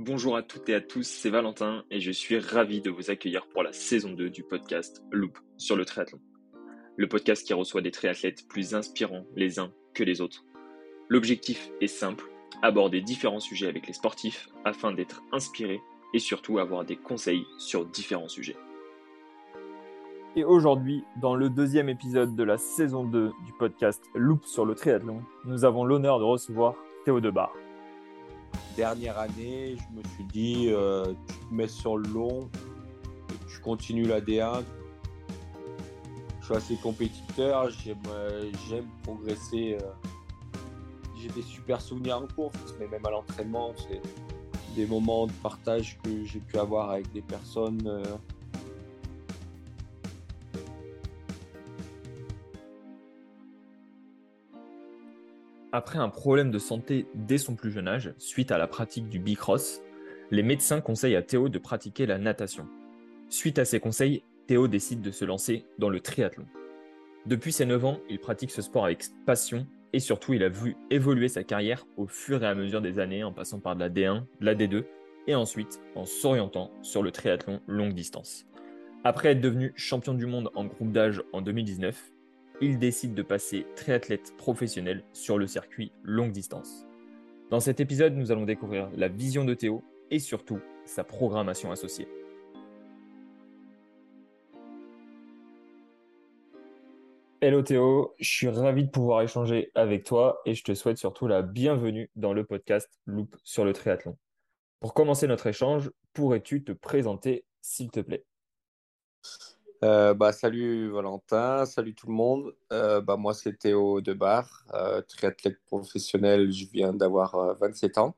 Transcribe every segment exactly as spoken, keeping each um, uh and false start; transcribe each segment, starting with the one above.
Bonjour à toutes et à tous, c'est Valentin et je suis ravi de vous accueillir pour la saison deux du podcast Loop sur le triathlon. Le podcast qui reçoit des triathlètes plus inspirants les uns que les autres. L'objectif est simple, aborder différents sujets avec les sportifs afin d'être inspirés et surtout avoir des conseils sur différents sujets. Et aujourd'hui, dans le deuxième épisode de la saison deux du podcast Loop sur le triathlon, nous avons l'honneur de recevoir Théo Debar. Dernière année, je me suis dit, euh, tu te mets sur le long, et tu continues la D un. Je suis assez compétiteur, j'aime, euh, j'aime progresser. euh. J'ai des super souvenirs en course, mais même à l'entraînement, c'est des moments de partage que j'ai pu avoir avec des personnes. euh. Après un problème de santé dès son plus jeune âge, suite à la pratique du bicross, les médecins conseillent à Théo de pratiquer la natation. Suite à ces conseils, Théo décide de se lancer dans le triathlon. Depuis ses neuf ans, il pratique ce sport avec passion et surtout il a vu évoluer sa carrière au fur et à mesure des années en passant par de la D un, de la D deux et ensuite en s'orientant sur le triathlon longue distance. Après être devenu champion du monde en groupe d'âge en deux mille dix-neuf, il décide de passer triathlète professionnel sur le circuit longue distance. Dans cet épisode, nous allons découvrir la vision de Théo et surtout sa programmation associée. Hello Théo, je suis ravi de pouvoir échanger avec toi et je te souhaite surtout la bienvenue dans le podcast Loop sur le triathlon. Pour commencer notre échange, pourrais-tu te présenter s'il te plaît? Euh, bah, salut Valentin, salut tout le monde. Euh, bah, moi, c'est Théo Debar, euh, triathlète professionnel. Je viens d'avoir euh, vingt-sept ans.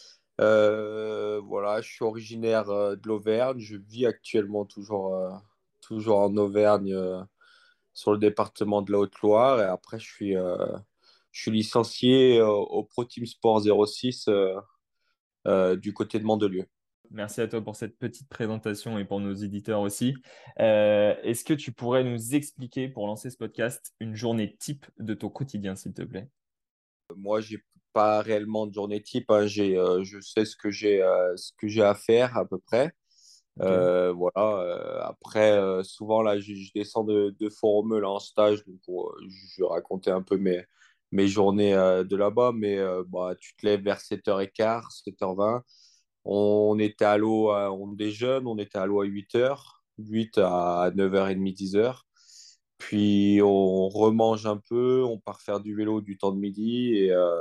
Euh, voilà, je suis originaire euh, de l'Auvergne. Je vis actuellement toujours, euh, toujours en Auvergne, euh, sur le département de la Haute-Loire. Et après, je suis, euh, je suis licencié euh, au Pro Team Sport zéro six euh, euh, du côté de Mandelieu. Merci à toi pour cette petite présentation et pour nos éditeurs aussi. Euh, est-ce que tu pourrais nous expliquer, pour lancer ce podcast, une journée type de ton quotidien, s'il te plaît? Moi, j'ai pas réellement de journée type, hein. J'ai, euh, je sais ce que j'ai, euh, ce que j'ai à faire à peu près. Ok. Euh, voilà. euh, après, euh, souvent là, je, je descends de, de Font-Romeu là en stage, donc euh, je vais raconter un peu mes, mes journées euh, de là-bas. Mais euh, bah, tu te lèves vers sept heures quinze, sept heures vingt. On était à l'eau, à- on déjeune, on était à l'eau à huit heures, huit à neuf heures trente, dix heures. Puis on remange un peu, on part faire du vélo du temps de midi et euh,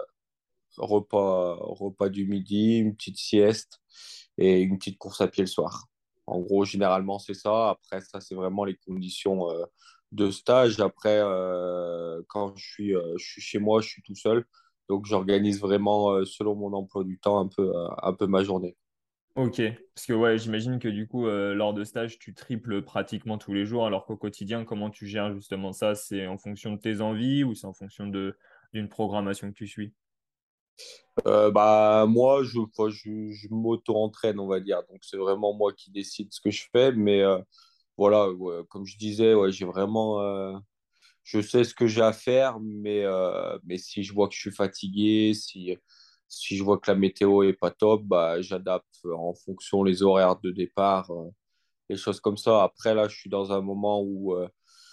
repas, repas du midi, une petite sieste et une petite course à pied le soir. En gros, généralement, c'est ça. Après, ça, c'est vraiment les conditions euh, de stage. Après, euh, quand je suis, euh, je suis chez moi, je suis tout seul. Donc, j'organise vraiment, euh, selon mon emploi du temps, un peu, euh, un peu ma journée. Ok. Parce que ouais, j'imagine que du coup, euh, lors de stage, tu triples pratiquement tous les jours, alors qu'au quotidien, comment tu gères justement ça? C'est en fonction de tes envies ou c'est en fonction de d'une programmation que tu suis? Euh, bah, moi, je, enfin, je, je m'auto-entraîne, on va dire. Donc, c'est vraiment moi qui décide ce que je fais. Mais euh, voilà, ouais, comme je disais, ouais, j'ai vraiment, euh, je sais ce que j'ai à faire, mais, euh, mais si je vois que je suis fatigué, si, si je vois que la météo est pas top, bah, j'adapte en fonction les horaires de départ, euh, les choses comme ça. Après, là, je suis dans un moment où, euh,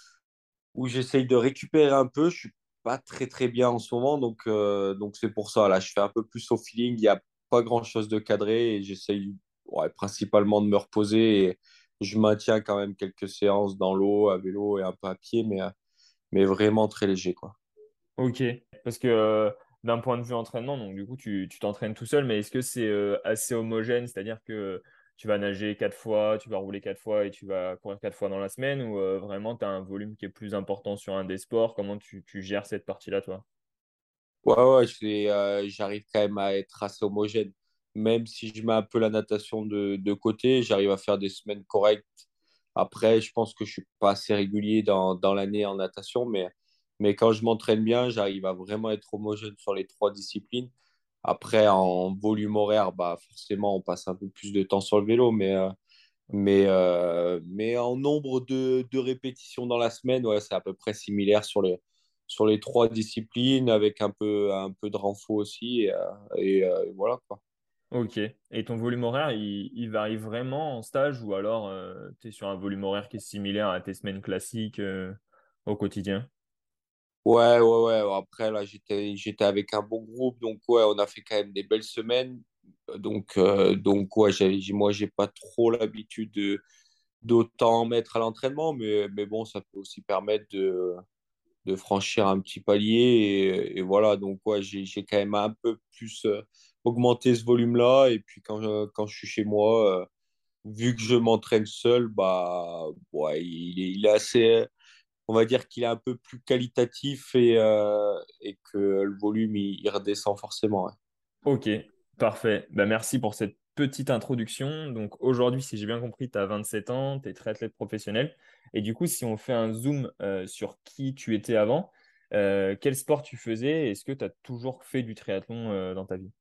où j'essaye de récupérer un peu. Je suis pas très, très bien en ce moment, donc euh, donc c'est pour ça. Là, je fais un peu plus au feeling. Il n'y a pas grand-chose de cadré et j'essaye, ouais, principalement de me reposer. Et je maintiens quand même quelques séances dans l'eau, à vélo et un peu à pied, mais, euh, mais vraiment très léger, quoi. Ok. Parce que euh, d'un point de vue entraînement, donc du coup, tu tu t'entraînes tout seul, mais est-ce que c'est euh, assez homogène? C'est-à-dire que tu vas nager quatre fois, tu vas rouler quatre fois et tu vas courir quatre fois dans la semaine, ou euh, vraiment tu as un volume qui est plus important sur un des sports? Comment tu, tu gères cette partie-là, toi? Ouais, ouais, je fais, euh, j'arrive quand même à être assez homogène. Même si je mets un peu la natation de, de côté, j'arrive à faire des semaines correctes. Après, je pense que je suis pas assez régulier dans, dans l'année en natation, mais, mais quand je m'entraîne bien, j'arrive à vraiment être homogène sur les trois disciplines. Après, en volume horaire, bah, forcément, on passe un peu plus de temps sur le vélo, mais, euh, mais, euh, mais en nombre de, de répétitions dans la semaine, ouais, c'est à peu près similaire sur les, sur les trois disciplines, avec un peu, un peu de renfort aussi. Et, euh, et, euh, et voilà, quoi. Ok. Et ton volume horaire, il, il varie vraiment en stage ou alors tu es sur un volume horaire qui est similaire à tes semaines classiques euh, au quotidien? Ouais, ouais, ouais. Après, là, j'étais, j'étais avec un bon groupe, donc ouais, on a fait quand même des belles semaines. Donc, euh, donc ouais, j'ai, j'ai- moi, j'ai pas trop l'habitude de d'autant mettre à l'entraînement, mais, mais bon, ça peut aussi permettre de, de franchir un petit palier. Et, et voilà, donc ouais, j'ai, j'ai quand même un peu plus euh, augmenté ce volume-là. Et puis quand je, quand je suis chez moi, euh, vu que je m'entraîne seul, bah, ouais, il, est- il est assez, on va dire qu'il est un peu plus qualitatif et, euh, et que le volume, il, il redescend forcément. Ouais. Ok, parfait. Bah, merci pour cette petite introduction. Donc aujourd'hui, si j'ai bien compris, tu as vingt-sept ans, tu es triathlète professionnel. Et du coup, si on fait un zoom euh, sur qui tu étais avant, euh, quel sport tu faisais? Est-ce que tu as toujours fait du triathlon euh, dans ta vie?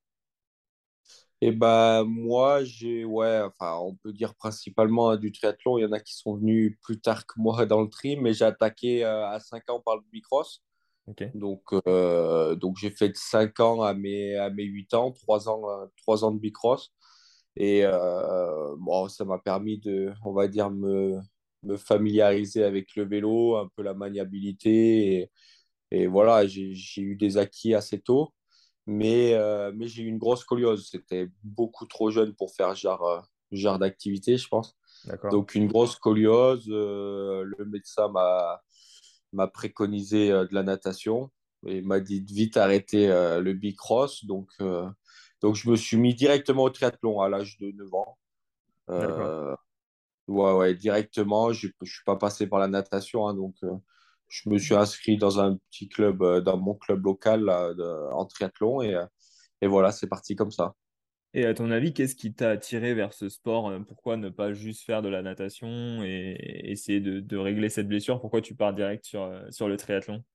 Et bah moi, j'ai, ouais, enfin, on peut dire principalement hein, du triathlon. Il y en a qui sont venus plus tard que moi dans le tri, mais j'ai attaqué euh, à cinq ans par le bicross. Ok, Donc, euh, donc j'ai fait de cinq ans à mes, à mes huit ans, trois ans, euh, trois ans de bicross. Et euh, bon, ça m'a permis de, on va dire, me, me familiariser avec le vélo, un peu la maniabilité. Et, et voilà, j'ai, j'ai eu des acquis assez tôt. Mais, euh, mais j'ai eu une grosse scoliose. C'était beaucoup trop jeune pour faire ce genre, euh, ce genre d'activité, je pense. d'accord, Donc, une grosse scoliose. Euh, le médecin m'a m'a préconisé euh, de la natation et m'a dit de vite arrêter euh, le bicross. Donc, euh, donc, je me suis mis directement au triathlon à l'âge de neuf ans. d'accord. Euh, ouais, ouais, directement. Je ne suis pas passé par la natation. Hein, donc, euh, je me suis inscrit dans un petit club, euh, dans mon club local là, de- en triathlon. Et, euh, et voilà, c'est parti comme ça. Et à ton avis, qu'est-ce qui t'a attiré vers ce sport? Euh, Pourquoi ne pas juste faire de la natation et essayer de, de régler cette blessure? Pourquoi tu pars direct sur, euh, sur le triathlon?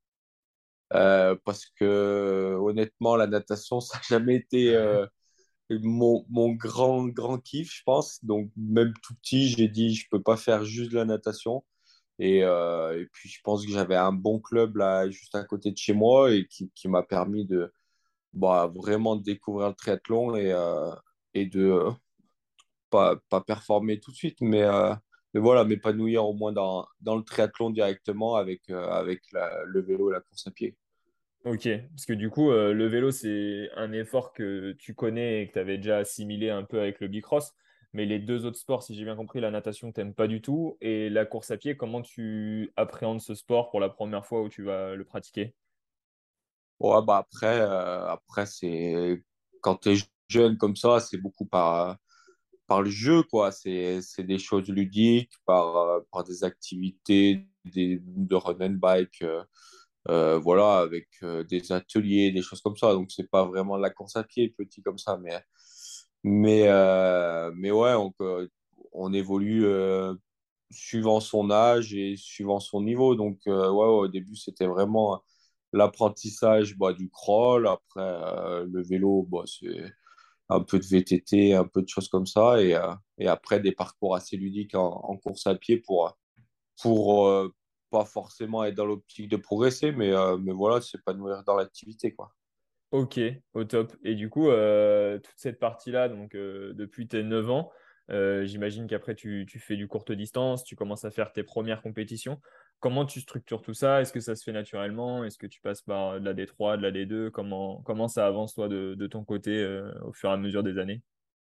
Euh, parce que honnêtement, la natation, ça n'a jamais été euh, mon, mon grand, grand kiff, je pense. Donc, même tout petit, j'ai dit, je peux pas faire juste de la natation. Et, euh, et puis, je pense que j'avais un bon club là, juste à côté de chez moi et qui, qui m'a permis de bah, vraiment découvrir le triathlon et, euh, et de euh, pas, pas performer tout de suite, mais, euh, mais voilà, m'épanouir au moins dans, dans le triathlon directement avec, euh, avec la- le vélo et la course à pied. Ok, parce que du coup, euh, le vélo, c'est un effort que tu connais et que tu avais déjà assimilé un peu avec le bicross. Mais les deux autres sports, si j'ai bien compris, la natation, tu n'aimes pas du tout. Et la course à pied, comment tu appréhendes ce sport pour la première fois où tu vas le pratiquer? Ouais, bah après, euh, après c'est quand tu es jeune comme ça, c'est beaucoup par, par le jeu, quoi. C'est, c'est des choses ludiques, par, euh, par des activités des, de run and bike, euh, euh, voilà, avec euh, des ateliers, des choses comme ça. Donc, c'est pas vraiment de la course à pied, petit comme ça, mais, mais, euh, mais ouais, on, peut- on évolue euh, suivant son âge et suivant son niveau. Donc, euh, ouais, ouais, au début, c'était vraiment l'apprentissage bah, du crawl. Après, euh, le vélo, bah, c'est un peu de V T T, un peu de choses comme ça. Et, euh, et après, des parcours assez ludiques en, en course à pied pour, pour euh, pas forcément être dans l'optique de progresser, mais, euh, mais voilà, s'épanouir dans l'activité, quoi. Ok, au top. Et du coup, euh, toute cette partie-là, donc euh, depuis tes neuf ans, euh, j'imagine qu'après tu, tu fais du courte distance, tu commences à faire tes premières compétitions. Comment tu structures tout ça? Est-ce que ça se fait naturellement? Est-ce que tu passes par de la D trois, de la D deux? Comment, comment ça avance toi de, de ton côté euh, au fur et à mesure des années?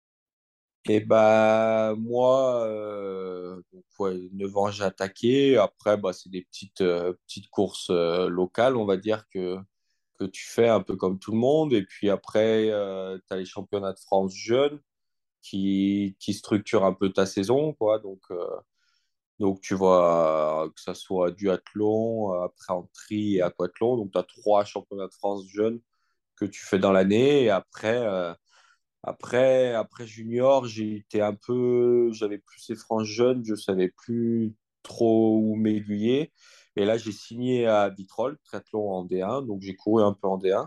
Et bah, moi, euh, donc, ouais, neuf ans, j'ai attaqué. Après, bah, c'est des petites, euh, petites courses euh, locales, on va dire, que, que tu fais un peu comme tout le monde. Et puis après, tu as les championnats de France jeunes qui, qui structurent un peu ta saison, quoi. Donc, euh, donc tu vois, que ça soit duathlon, après en tri et aquathlon. Donc, tu as trois championnats de France jeunes que tu fais dans l'année. Et après, euh, après, après junior, j'ai été un peu, j'avais plus ces franges jeunes, je savais plus trop où m'aiguiller. Et là, j'ai signé à Vitrolles, triathlon en D un, donc j'ai couru un peu en D un.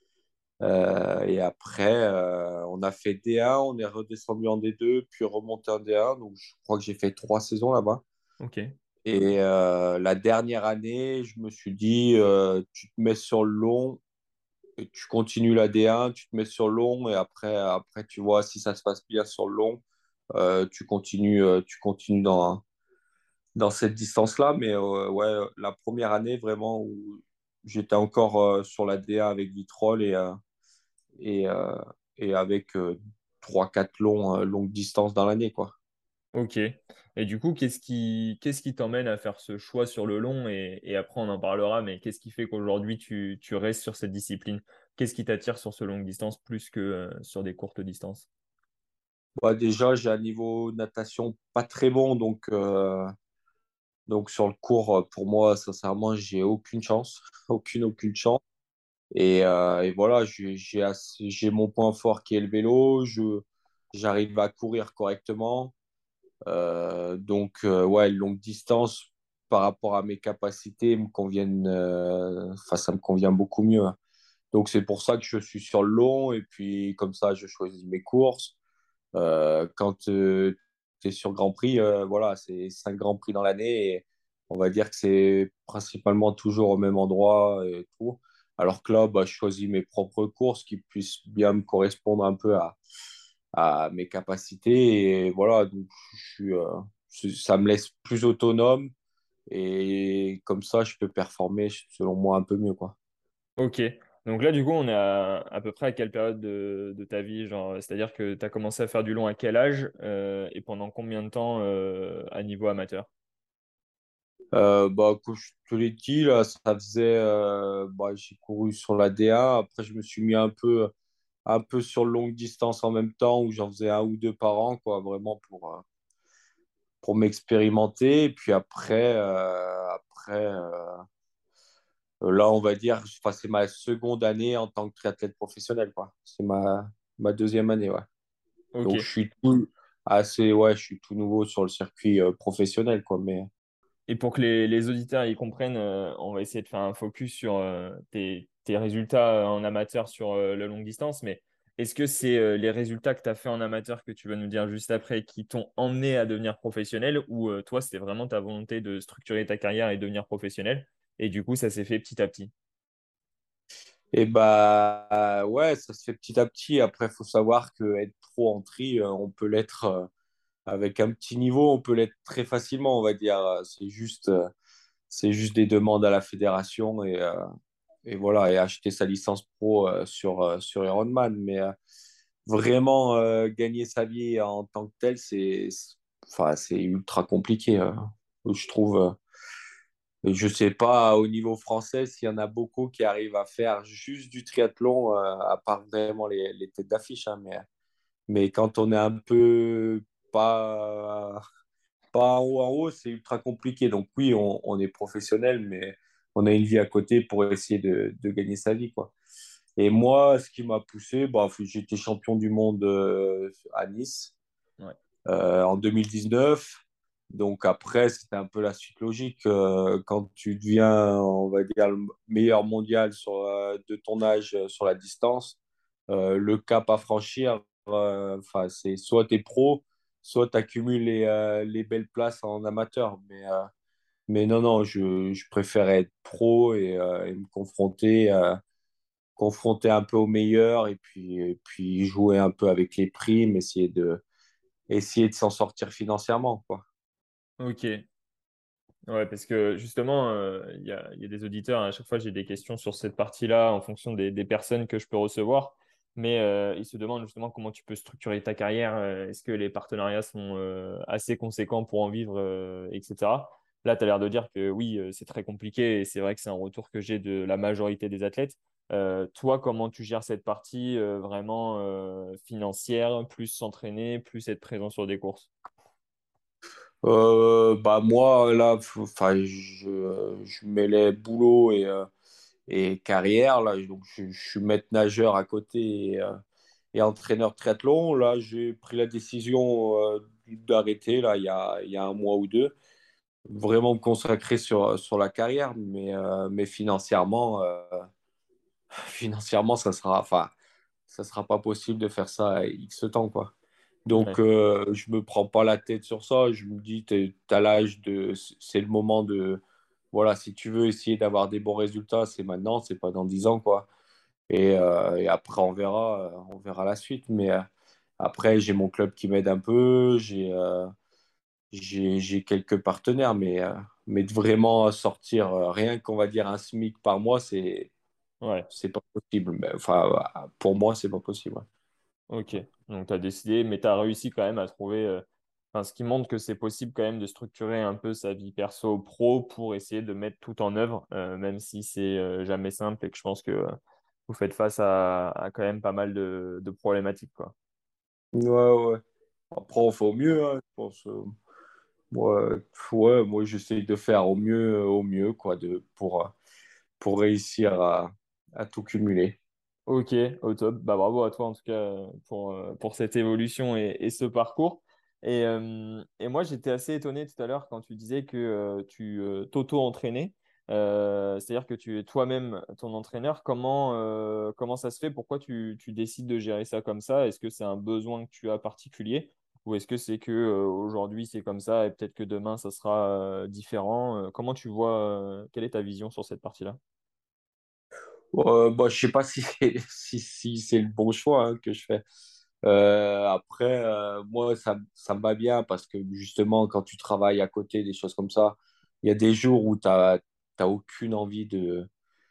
Euh, et après, euh, on a fait D un, on est redescendu en D deux, puis remonté en D un. Donc je crois que j'ai fait trois saisons là-bas. Ok, Et euh, la dernière année, je me suis dit, euh, tu te mets sur le long, et tu continues la D un, tu te mets sur le long et après, après tu vois si ça se passe bien sur le long, euh, tu continues, euh, tu continues dans, dans cette distance-là. Mais euh, ouais, la première année vraiment où j'étais encore euh, sur la D un avec Vitrolles et, euh, et, euh, et avec euh, trois quatre longs, euh, longues distances dans l'année, quoi. Ok. Et du coup, qu'est-ce qui, qu'est-ce qui t'emmène à faire ce choix sur le long et, et après on en parlera, mais qu'est-ce qui fait qu'aujourd'hui tu, tu restes sur cette discipline? Qu'est-ce qui t'attire sur ce longue distance plus que euh, sur des courtes distances? Ouais, déjà, j'ai un niveau natation pas très bon, donc, euh, donc sur le cours, euh, pour moi, sincèrement, j'ai aucune chance, aucune, aucune chance. Et, euh, et voilà, j'ai j'ai assez- j'ai mon point fort qui est le vélo, je, j'arrive à courir correctement. Euh, donc, euh, ouais, longue distance par rapport à mes capacités me conviennent, euh, enfin, ça me convient beaucoup mieux. Donc, c'est pour ça que je suis sur le long et puis comme ça, je choisis mes courses. Euh, quand tu es sur Grand Prix, euh, voilà, c'est cinq Grands Prix dans l'année et on va dire que c'est principalement toujours au même endroit et tout. Alors que là, bah, je choisis mes propres courses qui puissent bien me correspondre un peu à, à mes capacités. Et voilà, donc je suis, euh, je- ça me laisse plus autonome et comme ça, je peux performer selon moi un peu mieux, quoi. Ok. Donc là, du coup, on est à, à peu près à quelle période de, de ta vie, genre, c'est-à-dire que tu as commencé à faire du long à quel âge euh, et pendant combien de temps euh, à niveau amateur? Euh, bah, comme je te l'ai dit, là, ça faisait, euh, bah, j'ai couru sur la D un. Après, je me suis mis un peu, un peu sur longue distance en même temps, où j'en faisais un ou deux par an, quoi, vraiment pour, euh, pour m'expérimenter. Et puis après, euh, après euh, là, on va dire, enfin, c'est ma seconde année en tant que triathlète professionnel, quoi. C'est ma, ma deuxième année, ouais. Donc, je Ok. suis tout assez, ouais, je suis tout nouveau sur le circuit euh, professionnel, quoi. Mais Et pour que les, les auditeurs y comprennent, euh, on va essayer de faire un focus sur euh, tes, tes résultats euh, en amateur sur euh, la longue distance. Mais est-ce que c'est euh, les résultats que tu as fait en amateur que tu vas nous dire juste après qui t'ont emmené à devenir professionnel ou euh, toi, c'était vraiment ta volonté de structurer ta carrière et devenir professionnel? Et du coup, ça s'est fait petit à petit. Et bah ouais, ça se fait petit à petit. Après, il faut savoir que être pro en tri, euh, on peut l'être euh, avec un petit niveau, on peut l'être très facilement, on va dire. C'est juste, euh, c'est juste des demandes à la fédération et, euh, et voilà, et acheter sa licence pro euh, sur, euh, sur Ironman. Mais euh, vraiment euh, gagner sa vie en tant que tel, c'est, c'est- enfin, c'est ultra compliqué, euh, je trouve. euh, et je sais pas au niveau français s'il y en a beaucoup qui arrivent à faire juste du triathlon, euh, à part vraiment les, les têtes d'affiche, hein, mais, mais quand on est un peu pas, pas en haut en haut, c'est ultra compliqué. Donc oui, on, on est professionnel, mais on a une vie à côté pour essayer de, de gagner sa vie, quoi. Et moi, ce qui m'a poussé, bah, j'étais champion du monde euh, à Nice Ouais. euh, en deux mille dix-neuf. Donc après, c'était un peu la suite logique. Euh, quand tu deviens, on va dire, le meilleur mondial sur, euh, de ton âge euh, sur la distance, euh, le cap à franchir, euh, enfin, c'est soit tu es pro, soit tu accumules les, euh, les belles places en amateur. Mais, euh, mais non, non, je, je préférais être pro et, euh, et me confronter, euh, confronter un peu aux meilleurs et puis, et puis jouer un peu avec les primes, essayer de essayer de s'en sortir financièrement, quoi. Ok. Ouais, parce que justement, euh, il y a, il y a des auditeurs, à chaque fois j'ai des questions sur cette partie-là en fonction des, des personnes que je peux recevoir, mais euh, ils se demandent justement comment tu peux structurer ta carrière, euh, est-ce que les partenariats sont euh, assez conséquents pour en vivre, euh, et cetera. Là, tu as l'air de dire que oui, euh, c'est très compliqué et c'est vrai que c'est un retour que j'ai de la majorité des athlètes. Euh, toi, comment tu gères cette partie euh, vraiment euh, financière, plus s'entraîner, plus être présent sur des courses? Euh, bah moi là, enfin je, je mêlais boulot et, euh, et carrière là, donc je, je suis maître nageur à côté et, euh, et entraîneur triathlon. Là, j'ai pris la décision euh, d'arrêter là il y a, il y a un mois ou deux, vraiment me consacrer sur, sur la carrière, mais, euh, mais financièrement, euh, financièrement ça sera, enfin ça sera pas possible de faire ça à X temps, quoi. Donc, Ouais. euh, je me prends pas la tête sur ça. Je me dis, tu as l'âge de. C'est le moment de. Voilà, si tu veux essayer d'avoir des bons résultats, c'est maintenant, c'est pas dans dix ans, quoi. Et, euh, et après, on verra, euh, on verra la suite. Mais euh, après, j'ai mon club qui m'aide un peu, j'ai euh, j'ai, j'ai quelques partenaires, mais, euh, mais de vraiment sortir euh, rien qu'on va dire un SMIC par mois, c'est Ouais, c'est pas possible. Mais, enfin, euh, pour moi, c'est pas possible. Ouais. ok. Donc tu as décidé, mais tu as réussi quand même à trouver, euh, enfin, ce qui montre que c'est possible quand même de structurer un peu sa vie perso pro pour essayer de mettre tout en œuvre, euh, même si c'est euh, jamais simple et que je pense que euh, vous faites face à, à quand même pas mal de, de problématiques, quoi. Ouais, ouais. Après, on fait au mieux, hein, je pense. euh, moi, ouais, moi, j'essaye de faire au mieux, euh, au mieux, quoi, de, pour, euh, pour réussir à, à tout cumuler. Ok, au top. Bah, bravo à toi en tout cas euh, pour, euh, pour cette évolution et, et ce parcours. Et, euh, et moi, j'étais assez étonné tout à l'heure quand tu disais que euh, tu euh, t'auto-entraînais. Euh, c'est-à-dire que tu es toi-même ton entraîneur. Comment, euh, comment ça se fait? Pourquoi tu, tu décides de gérer ça comme ça? Est-ce que c'est un besoin que tu as particulier? Ou est-ce que c'est que euh, aujourd'hui c'est comme ça et peut-être que demain ça sera euh, différent? Euh, comment tu vois, euh, quelle est ta vision sur cette partie-là? Euh, bah, je sais pas si c'est si, si c'est le bon choix hein, que je fais. Euh, après, euh, moi, ça, ça me va bien parce que justement, quand tu travailles à côté des choses comme ça, il y a des jours où tu n'as aucune envie de,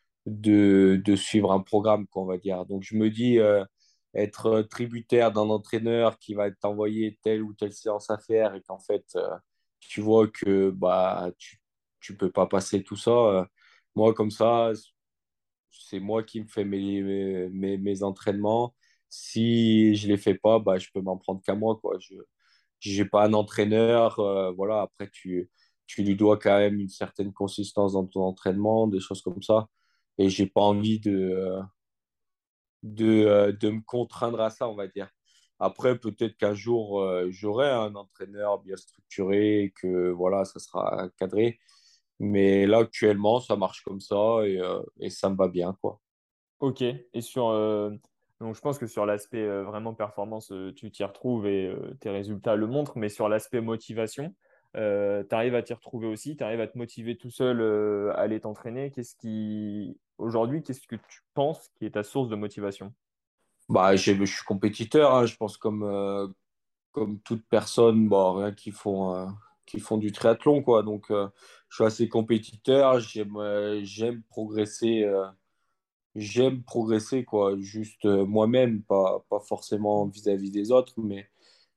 de, de suivre un programme, quoi, on va dire. Donc, je me dis, euh, être tributaire d'un entraîneur qui va t'envoyer telle ou telle séance à faire et qu'en fait, euh, tu vois que bah, tu tu peux pas passer tout ça. euh, moi, comme ça, c'est moi qui me fais mes, mes, mes entraînements. Si je les fais pas, bah, je peux m'en prendre qu'à moi, quoi. Je j'ai pas un entraîneur. Euh, voilà, après, tu, tu lui dois quand même une certaine consistance dans ton entraînement, des choses comme ça. Et j'ai pas envie de, euh, de, euh, de me contraindre à ça, on va dire. Après, peut-être qu'un jour, euh, j'aurai un entraîneur bien structuré et que voilà, ça sera cadré. Mais là, actuellement, ça marche comme ça et, euh, et ça me va bien, quoi. Ok, et sur euh, donc je pense que sur l'aspect euh, vraiment performance, euh, tu t'y retrouves et euh, tes résultats le montrent, mais sur l'aspect motivation, tu arrives à t'y retrouver aussi, tu arrives à te motiver tout seul euh, à aller t'entraîner. Qu'est-ce qui aujourd'hui, qu'est-ce que tu penses qui est ta source de motivation? Bah, j'ai- je suis compétiteur, hein, je pense comme, euh, comme toute personne bah, rien qui font, euh, qui font du triathlon, quoi. Donc, euh, je suis assez compétiteur, j'aime euh, j'aime progresser, euh, j'aime progresser, quoi. Juste euh, moi-même, pas, pas forcément vis-à-vis des autres, mais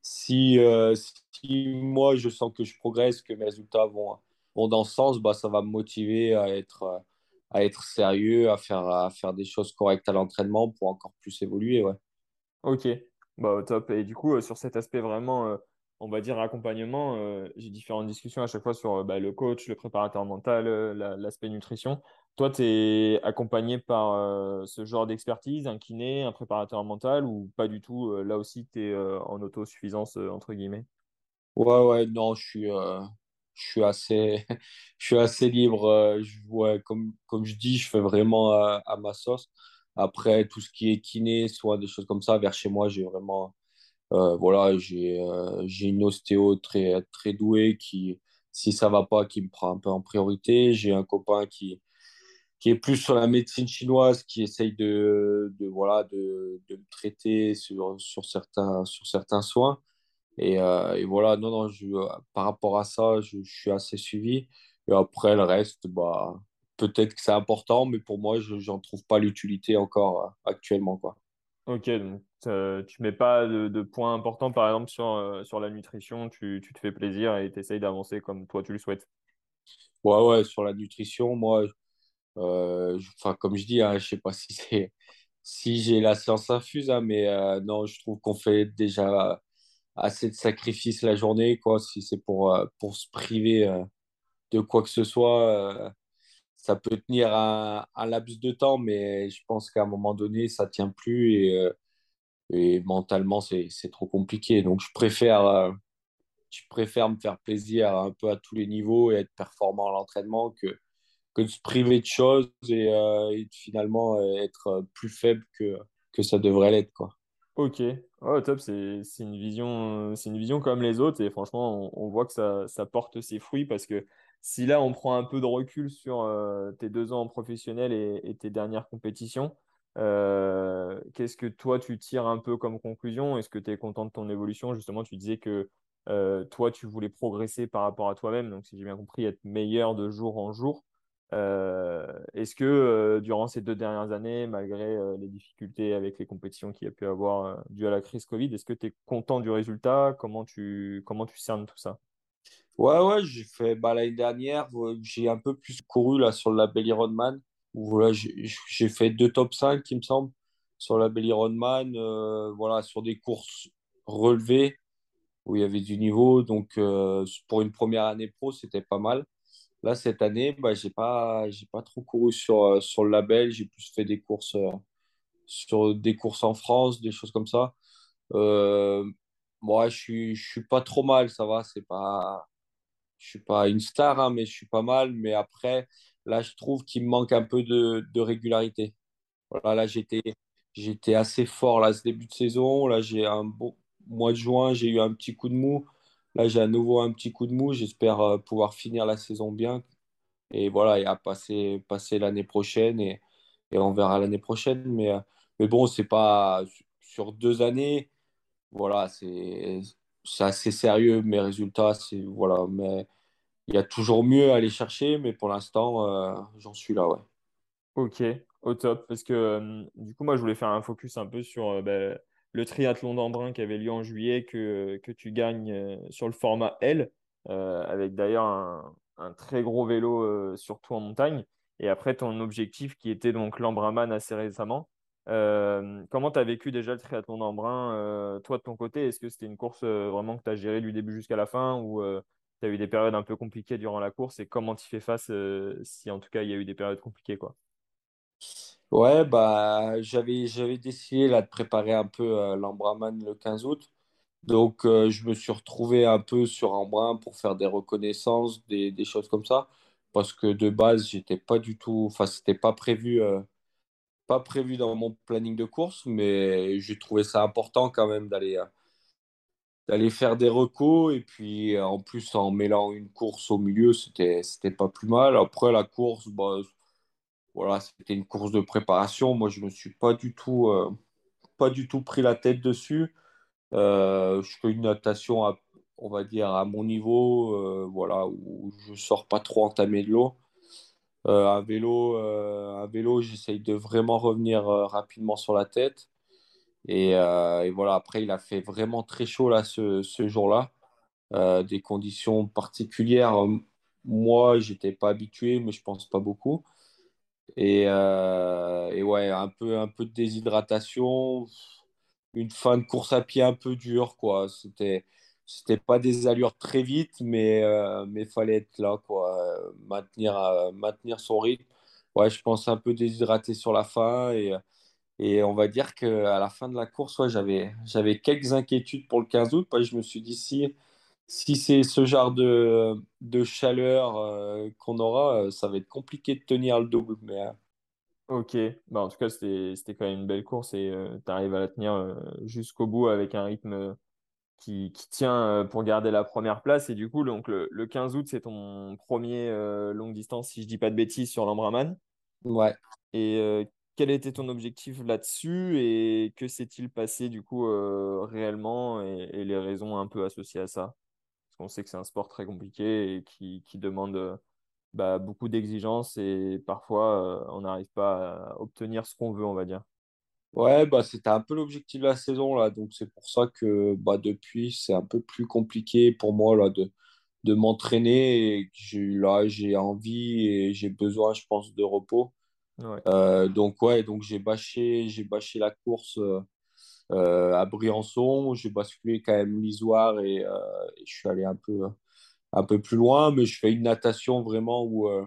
si, euh, si moi je sens que je progresse, que mes résultats vont, vont dans ce sens, bah, ça va me motiver à être, euh, à être sérieux, à faire, à faire des choses correctes à l'entraînement pour encore plus évoluer, ouais. Ok, bah, au top. Et du coup, euh, sur cet aspect vraiment, euh, on va dire accompagnement, euh, j'ai différentes discussions à chaque fois sur euh, bah, le coach, le préparateur mental, euh, la- l'aspect nutrition. Toi, tu es accompagné par euh, ce genre d'expertise, un kiné, un préparateur mental ou pas du tout? Euh, là aussi, tu es en autosuffisance, euh, entre guillemets. Ouais, ouais, non, je suis, euh, je suis assez, je suis assez libre. euh, je- ouais, comme, comme je dis, je fais vraiment à, à ma sauce. Après, tout ce qui est kiné, soit des choses comme ça, vers chez moi, j'ai vraiment, euh, voilà, j'ai euh, j'ai une ostéo très, très douée qui, si ça va pas, qui me prend un peu en priorité. J'ai un copain qui, qui est plus sur la médecine chinoise, qui essaye de, de, voilà, de, de me traiter sur, sur certains, sur certains soins. Et, euh, et voilà, non, non, je, par rapport à ça, je, je suis assez suivi. Et après, le reste, bah, peut-être que c'est important, mais pour moi, je n'en trouve pas l'utilité encore euh, actuellement, quoi. Ok, donc euh, tu mets pas de, de points importants, par exemple, sur, euh, sur la nutrition, tu, tu te fais plaisir et tu essayes d'avancer comme toi tu le souhaites. Ouais, ouais, sur la nutrition, moi, euh, je- enfin, comme je dis, hein, je sais pas si c'est, si j'ai la science infuse, hein, mais euh, non, je trouve qu'on fait déjà assez de sacrifices la journée, quoi. Si c'est pour, euh, pour se priver euh, de quoi que ce soit. euh, Ça peut tenir un, un laps de temps, mais je pense qu'à un moment donné, ça tient plus et, euh, et mentalement, c'est, c'est trop compliqué. Donc, je préfère, euh, je préfère me faire plaisir un peu à tous les niveaux et être performant à l'entraînement que, que de se priver de choses et, euh, et de finalement euh, être euh, plus faible que, que ça devrait l'être, quoi. Ok, oh, top, c'est c'est une vision, euh, c'est une vision comme les autres et franchement, on, on voit que ça, ça porte ses fruits parce que si là on prend un peu de recul sur euh, tes deux ans en professionnel et, et tes dernières compétitions, Euh, qu'est-ce que toi, tu tires un peu comme conclusion? Est-ce que tu es content de ton évolution? Justement, tu disais que euh, toi, tu voulais progresser par rapport à toi-même. Donc, si j'ai bien compris, être meilleur de jour en jour. Euh, est-ce que euh, durant ces deux dernières années, malgré euh, les difficultés avec les compétitions qu'il y a pu avoir euh, dues à la crise Covid, est-ce que tu es content du résultat? Comment tu, comment tu cernes tout ça? Ouais, ouais, j'ai fait bah, l'année dernière, euh, j'ai un peu plus couru là, sur le label Ironman. Où, voilà, j'ai j'ai fait deux top cinq il me semble, sur le label Ironman, euh, voilà, sur des courses relevées où il y avait du niveau. Donc, euh, pour une première année pro, c'était pas mal. Là, cette année, bah, j'ai pas, j'ai pas trop couru sur, euh, sur le label. J'ai plus fait des courses, euh, sur des courses en France, des choses comme ça. Euh, Moi, je suis, je suis pas trop mal, ça va. C'est pas, je suis pas une star, hein, mais je suis pas mal. Mais après, là, je trouve qu'il me manque un peu de, de régularité. Voilà, là, j'étais, j'étais assez fort là, ce début de saison. Là, j'ai un bon mois de juin, j'ai eu un petit coup de mou. Là, j'ai à nouveau un petit coup de mou. J'espère euh, pouvoir finir la saison bien. Et voilà, et à passer, passer l'année prochaine. Et, et on verra l'année prochaine. Mais, euh, mais bon, c'est pas sur deux années. Voilà, c'est c'est assez sérieux, mes résultats. C'est, voilà, mais il y a toujours mieux à aller chercher. Mais pour l'instant, euh, j'en suis là, ouais. Ok, au top. Parce que euh, du coup, moi, je voulais faire un focus un peu sur euh, ben, le triathlon d'Embrun qui avait lieu en juillet, que, que tu gagnes euh, sur le format L, euh, avec d'ailleurs un, un très gros vélo, euh, surtout en montagne. Et après, ton objectif qui était donc l'Embrunman assez récemment. Euh, comment tu as vécu déjà le triathlon d'Embrun, euh, toi de ton côté? Est-ce que c'était une course euh, vraiment que tu as gérée du début jusqu'à la fin ou tu as eu des périodes un peu compliquées durant la course et comment tu fais face euh, si en tout cas il y a eu des périodes compliquées, quoi? Ouais, bah, j'avais, j'avais décidé là, de préparer un peu euh, l'Embraman le quinze août. Donc, euh, je me suis retrouvé un peu sur Embrun pour faire des reconnaissances, des, des choses comme ça. Parce que de base, j'étais pas du tout, enfin, c'était pas prévu, euh, pas prévu dans mon planning de course, mais j'ai trouvé ça important quand même d'aller euh, d'aller faire des recos. Et puis, euh, en plus, en mêlant une course au milieu, c'était, c'était pas plus mal. Après, la course, bah, voilà, c'était une course de préparation. Moi, je me suis pas du tout, euh, pas du tout pris la tête dessus. Euh, je fais une natation, à, on va dire, à mon niveau, euh, voilà, où je sors pas trop entamé de l'eau. Euh, un vélo, euh, un vélo, j'essaye de vraiment revenir euh, rapidement sur la tête. Et, euh, et voilà, après, il a fait vraiment très chaud là, ce, ce jour-là. Euh, des conditions particulières. Moi, j'étais pas habitué, mais je pense pas beaucoup. Et, euh, et ouais, un peu, un peu de déshydratation, une fin de course à pied un peu dure, quoi. C'était, c'était pas des allures très vite, mais euh, mais fallait être là, quoi. Euh, Maintenir, euh, maintenir son rythme. Ouais, je pense un peu déshydraté sur la fin et, et on va dire qu'à la fin de la course, ouais, j'avais, j'avais quelques inquiétudes pour le quinze août, parce que je me suis dit si, si c'est ce genre de, de chaleur euh, qu'on aura, euh, ça va être compliqué de tenir le double. Mais, euh, Ok, bah, en tout cas, c'était, c'était quand même une belle course et tu arrives à la tenir euh, jusqu'au bout avec un rythme euh, qui, qui tient euh, pour garder la première place. Et du coup, donc, le, le quinze août, c'est ton premier euh, longue distance, si je dis pas de bêtises, sur l'Embraman. ouais. Et euh, quel était ton objectif là-dessus et que s'est-il passé du coup euh, réellement et, et les raisons un peu associées à ça? Parce qu'on sait que c'est un sport très compliqué et qui, qui demande euh, bah, beaucoup d'exigences et parfois euh, on n'arrive pas à obtenir ce qu'on veut, on va dire. Ouais, bah, c'était un peu l'objectif de la saison, là. Donc, c'est pour ça que bah, depuis, c'est un peu plus compliqué pour moi là, de, de m'entraîner. Et que j'ai, là, j'ai envie et j'ai besoin, je pense, de repos. Ouais. Euh, donc, ouais, donc j'ai bâché, j'ai bâché la course euh, euh, à Briançon. J'ai basculé quand même l'Isoire et, euh, et je suis allé un peu, un peu plus loin. Mais je fais une natation vraiment où, euh,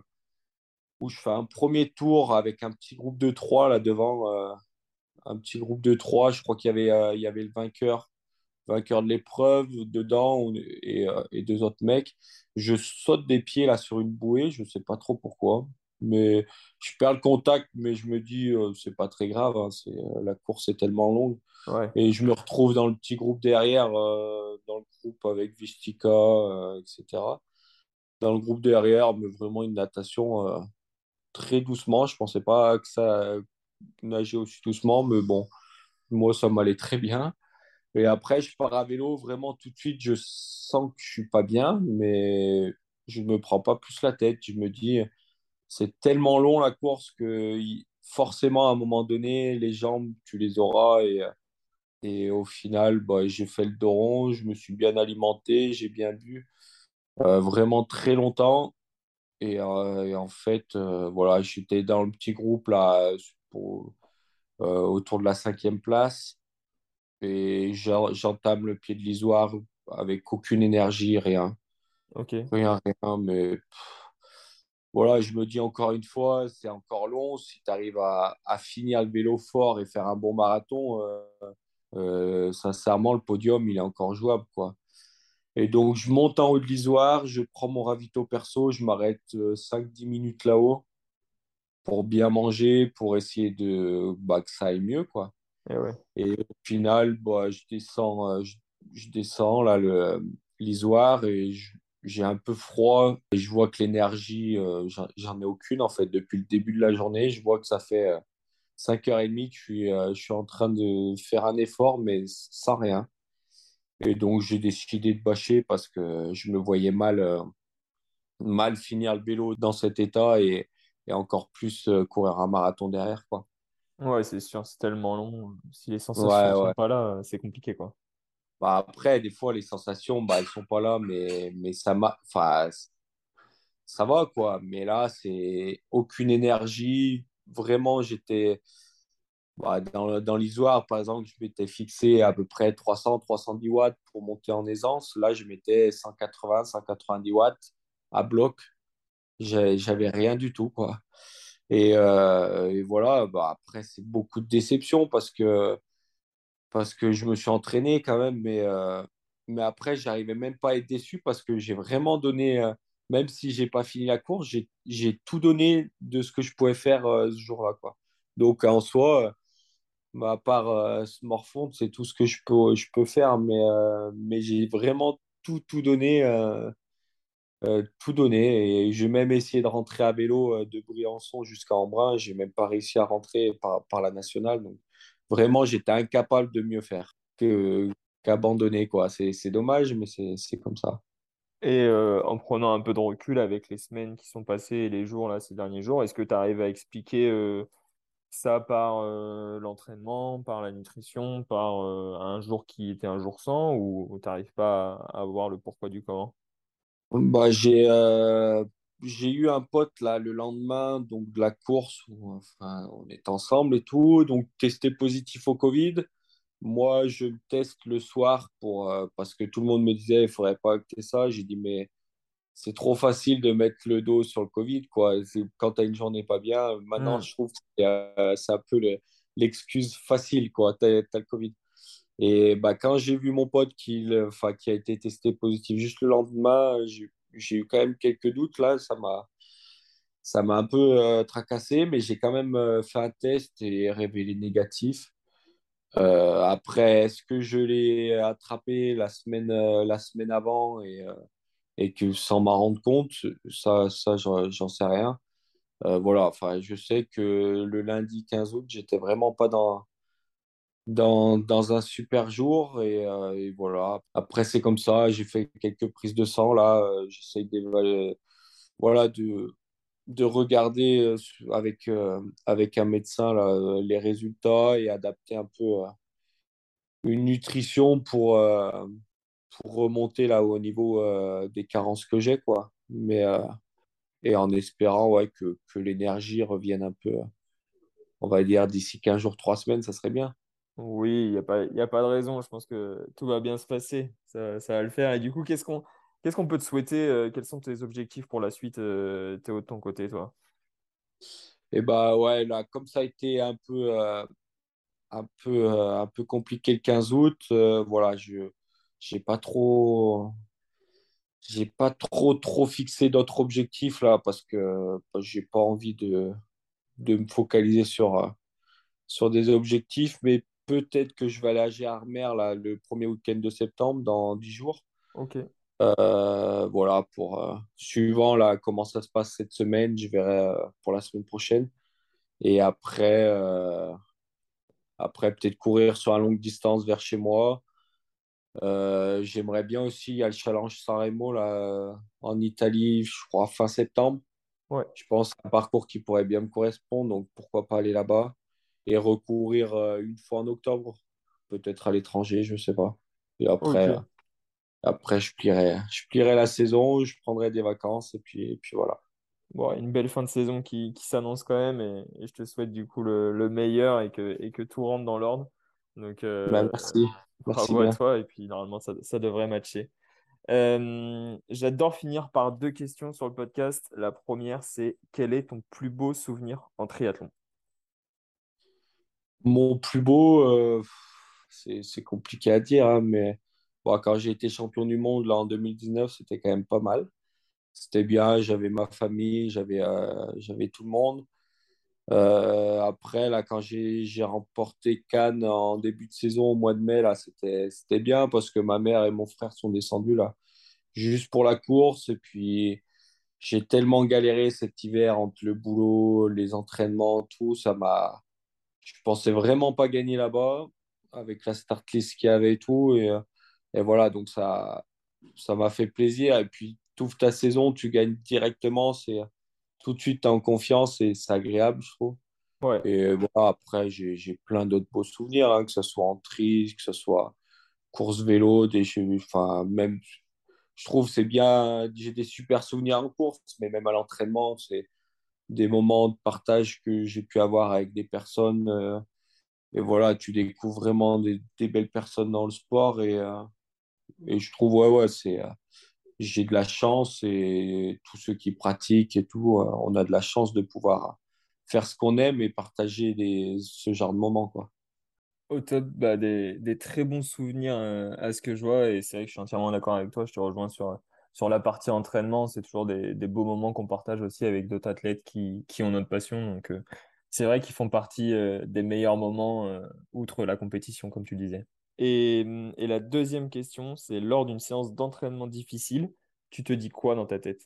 où je fais un premier tour avec un petit groupe de trois là devant. Euh, un petit groupe de trois. Je crois qu'il y avait, euh, il y avait le vainqueur, vainqueur de l'épreuve dedans et, euh, et deux autres mecs. Je saute des pieds là sur une bouée, je ne sais pas trop pourquoi. Mais je perds le contact, mais je me dis, euh, c'est pas très grave, hein, c'est, euh, la course est tellement longue. Ouais. Et je me retrouve dans le petit groupe derrière, euh, dans le groupe avec Vistika, euh, et cetera. Dans le groupe derrière, mais vraiment une natation euh, très doucement. Je pensais pas que ça, nager aussi doucement, mais bon, moi, ça m'allait très bien. Et après, je pars à vélo, vraiment tout de suite, je sens que je suis pas bien, mais je ne me prends pas plus la tête. Je me dis, c'est tellement long la course que il- forcément, à un moment donné, les jambes, tu les auras. Et, et au final, bah, j'ai fait le dos rond, je me suis bien alimenté, j'ai bien bu, euh, vraiment très longtemps. Et, euh, et en fait, euh, voilà, j'étais dans le petit groupe là, pour, euh, autour de la cinquième place. Et j'en- j'entame le pied de l'isoire avec aucune énergie, rien. Ok. Rien, rien. Mais voilà, je me dis encore une fois, c'est encore long. Si tu arrives à, à finir le vélo fort et faire un bon marathon, euh, euh, sincèrement, le podium, il est encore jouable, quoi. Et donc, je monte en haut de l'isoire, je prends mon ravito perso, je m'arrête euh, cinq dix minutes là-haut pour bien manger, pour essayer de, bah, que ça aille mieux, quoi. Et ouais. Et au final, bah, je descends, euh, je, je descends là, le, l'isoire et je- j'ai un peu froid. Et je vois que l'énergie, euh, j'en, j'en ai aucune en fait. Depuis le début de la journée, je vois que ça fait euh, cinq heures trente que je suis, euh, je suis en train de faire un effort, mais sans rien. Et donc, j'ai décidé de bâcher parce que je me voyais mal, euh, mal finir le vélo dans cet état et, et encore plus euh, courir un marathon derrière, quoi. Ouais, c'est sûr, c'est tellement long. Si les sensations Ouais, sont ouais. pas là, c'est compliqué, quoi. Bah, après, des fois, les sensations, bah, elles sont pas là, mais, mais ça m'a, enfin, ça va, quoi. Mais là, c'est aucune énergie. Vraiment, j'étais, bah, dans, dans l'isoire, par exemple, je m'étais fixé à peu près trois cents, trois cent dix watts pour monter en aisance. Là, je mettais cent quatre-vingts, cent quatre-vingt-dix watts à bloc. J'ai- J'avais rien du tout, quoi. Et, euh, et voilà, bah, après, c'est beaucoup de déception parce que parce que je me suis entraîné quand même, mais, euh, mais après, j'arrivais même pas à être déçu parce que j'ai vraiment donné, euh, même si j'ai pas fini la course, j'ai, j'ai tout donné de ce que je pouvais faire euh, ce jour-là, quoi. Donc, en soi, euh, bah, à part euh, se morfondre, c'est tout ce que je peux, je peux faire, mais, euh, mais j'ai vraiment tout, tout donné, euh, euh, tout donné. Et j'ai même essayé de rentrer à vélo euh, de Briançon jusqu'à Embrun. J'ai même pas réussi à rentrer par, par la nationale. Donc, vraiment, j'étais incapable de mieux faire que, qu'abandonner, quoi. C'est, c'est dommage, mais c'est, c'est comme ça. Et euh, en prenant un peu de recul avec les semaines qui sont passées et les jours, là, ces derniers jours, est-ce que tu arrives à expliquer euh, ça par euh, l'entraînement, par la nutrition, par euh, un jour qui était un jour sans, ou tu n'arrives pas à, à voir le pourquoi du comment? Bah, j'ai euh, j'ai eu un pote là le lendemain donc de la course où enfin, on est ensemble et tout, donc testé positif au Covid. Moi, je le teste le soir pour, euh, parce que tout le monde me disait il faudrait pas que tu ça. J'ai dit, mais c'est trop facile de mettre le dos sur le Covid, quoi. C'est- Quand tu as une journée pas bien, maintenant, Hmm. je trouve que c'est euh, c'est un peu le- l'excuse facile, quoi. Tu as, le Covid. Et bah, quand j'ai vu mon pote qui, le- enfin, qui a été testé positif juste le lendemain, j'ai j'ai eu quand même quelques doutes, là. Ça m'a, ça m'a un peu euh, tracassé, mais j'ai quand même euh, fait un test et révélé négatif. Euh, après, est-ce que je l'ai attrapé la semaine, euh, la semaine avant et, euh, et que sans m'en rendre compte, ça, ça j'en j'en sais rien. Euh, voilà, enfin, je sais que le lundi quinze août, j'étais vraiment pas dans, dans, dans un super jour et, euh, et voilà. Après, c'est comme ça, j'ai fait quelques prises de sang là, euh, j'essaye d'évaluer, voilà, de, de regarder euh, avec, euh, avec un médecin là, euh, les résultats et adapter un peu euh, une nutrition pour, euh, pour remonter là au niveau euh, des carences que j'ai, quoi. Mais, euh, et en espérant ouais, que, que l'énergie revienne un peu, on va dire, d'ici quinze jours, trois semaines, ça serait bien. Oui, il n'y a pas, y a pas de raison. Je pense que tout va bien se passer. Ça, ça va le faire. Et du coup, qu'est-ce qu'on qu'est-ce qu'on peut te souhaiter? euh, Quels sont tes objectifs pour la suite, euh, Théo, de ton côté, toi? Et bah ouais, là, comme ça a été un peu, euh, un peu, euh, un peu compliqué le quinze août, euh, voilà, je j'ai pas trop, j'ai pas trop, trop fixé d'autres objectifs là parce que bah, j'ai pas envie de, de me focaliser sur, euh, sur des objectifs, mais peut-être que je vais aller à Gérardmer là, le premier week-end de septembre, dans dix jours. Ok. Euh, voilà, pour euh, suivant là, comment ça se passe cette semaine, je verrai euh, pour la semaine prochaine. Et après, euh, après peut-être courir sur une longue distance vers chez moi. Euh, j'aimerais bien aussi, il y a le Challenge Sanremo là, en Italie, je crois, fin septembre. Ouais, Je pense que c'est un parcours qui pourrait bien me correspondre, donc pourquoi pas aller là-bas et recourir euh, une fois en octobre, peut-être à l'étranger, je sais pas. Et après, euh, ok. après je plierai, je plierai la saison, je prendrai des vacances et puis, et puis voilà. Bon, une belle fin de saison qui, qui s'annonce quand même et, et je te souhaite du coup le, le meilleur et que, et que tout rentre dans l'ordre. Donc, Ben, euh, merci, merci bravo à bien. toi et puis normalement ça, ça devrait matcher. Euh, j'adore finir par deux questions sur le podcast. La première, c'est quel est ton plus beau souvenir en triathlon? Mon plus beau, euh, c'est, c'est compliqué à dire, hein, mais bon, quand j'ai été champion du monde là, en deux mille dix-neuf, c'était quand même pas mal. C'était bien, j'avais ma famille, j'avais euh, j'avais tout le monde. Euh, après, là, quand j'ai j'ai remporté Cannes en début de saison, au mois de mai, là, c'était c'était bien parce que ma mère et mon frère sont descendus là, juste pour la course. Et puis, j'ai tellement galéré cet hiver entre le boulot, les entraînements, tout. Ça m'a. Je pensais vraiment pas gagner là-bas avec la start list qu'il y avait et tout. Et, euh, et voilà, donc ça ça m'a fait plaisir. Et puis, tu ouvres ta saison, tu gagnes directement. C'est tout de suite, tu es en confiance et c'est agréable, je trouve. Ouais, Et euh, voilà, après, j'ai j'ai plein d'autres beaux souvenirs, hein, que ce soit en tri, que ce soit course vélo, des, che- enfin, même, je trouve c'est bien, j'ai des super souvenirs en course, mais même à l'entraînement, c'est des moments de partage que j'ai pu avoir avec des personnes. Euh, et voilà, tu découvres vraiment des, des belles personnes dans le sport. Et, euh, et je trouve, ouais, ouais, c'est, euh, j'ai de la chance et tous ceux qui pratiquent et tout, euh, on a de la chance de pouvoir faire ce qu'on aime et partager des, ce genre de moments, quoi. au top, bah, des, des très bons souvenirs euh, à ce que je vois et c'est vrai que je suis entièrement d'accord avec toi. Je te rejoins sur, sur la partie entraînement. C'est toujours des, des beaux moments qu'on partage aussi avec d'autres athlètes qui, qui ont notre passion. Donc, euh, c'est vrai qu'ils font partie euh, des meilleurs moments euh, outre la compétition, comme tu le disais. Et, hum, et la deuxième question, c'est lors d'une séance d'entraînement difficile, tu te dis quoi dans ta tête?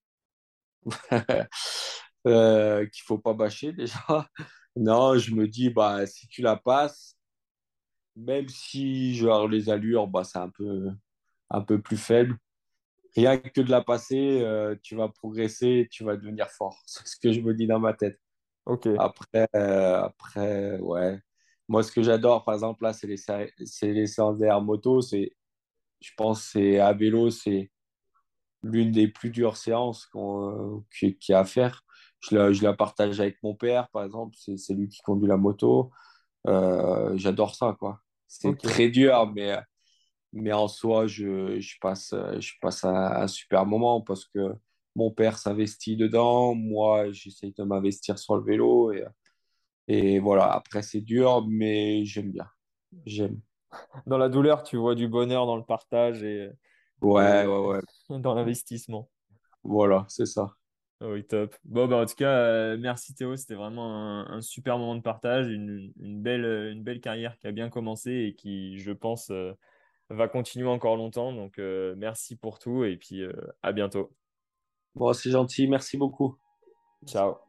Euh, qu'il faut pas bâcher déjà. Non, je me dis, bah, si tu la passes, même si genre, les allures, bah, c'est un peu, un peu plus faible, rien que de la passer, euh, tu vas progresser, tu vas devenir fort. C'est ce que je me dis dans ma tête. Ok, Après, euh, après ouais. Moi, ce que j'adore, par exemple, là, c'est les, sé- c'est les séances d'air moto. C'est, je pense que c'est à vélo, c'est l'une des plus dures séances qu'on, euh, qu'il qu'il y a à faire. Je la, je la partage avec mon père, par exemple. C'est, c'est lui qui conduit la moto. Euh, j'adore ça, quoi. C'est ok. très dur, mais, mais en soi, je, je passe, je passe un, un super moment parce que mon père s'investit dedans. Moi, j'essaye de m'investir sur le vélo. Et, et voilà, après, c'est dur, mais j'aime bien. J'aime. Dans la douleur, tu vois du bonheur dans le partage et, Ouais, et ouais, ouais. dans l'investissement. Voilà, c'est ça. Ah oui, top. Bon, bah, en tout cas, euh, merci Théo. C'était vraiment un, un super moment de partage, une, une belle, euh, une belle carrière qui a bien commencé et qui, je pense, euh, va continuer encore longtemps. Donc, euh, merci pour tout et puis euh, à bientôt. Bon, c'est gentil. Merci beaucoup. Ciao.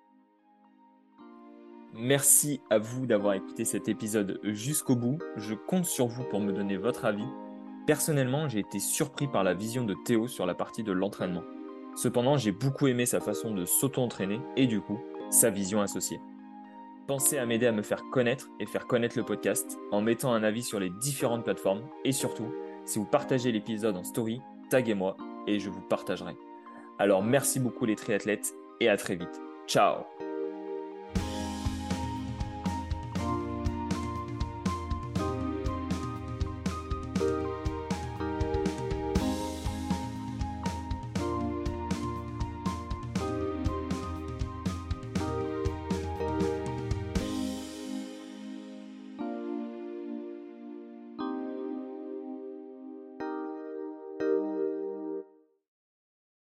Merci à vous d'avoir écouté cet épisode jusqu'au bout. Je compte sur vous pour me donner votre avis. Personnellement, j'ai été surpris par la vision de Théo sur la partie de l'entraînement. Cependant, j'ai beaucoup aimé sa façon de s'auto-entraîner et du coup, sa vision associée. Pensez à m'aider à me faire connaître et faire connaître le podcast en mettant un avis sur les différentes plateformes et surtout, si vous partagez l'épisode en story, taguez-moi et je vous partagerai. Alors merci beaucoup les triathlètes et à très vite. Ciao!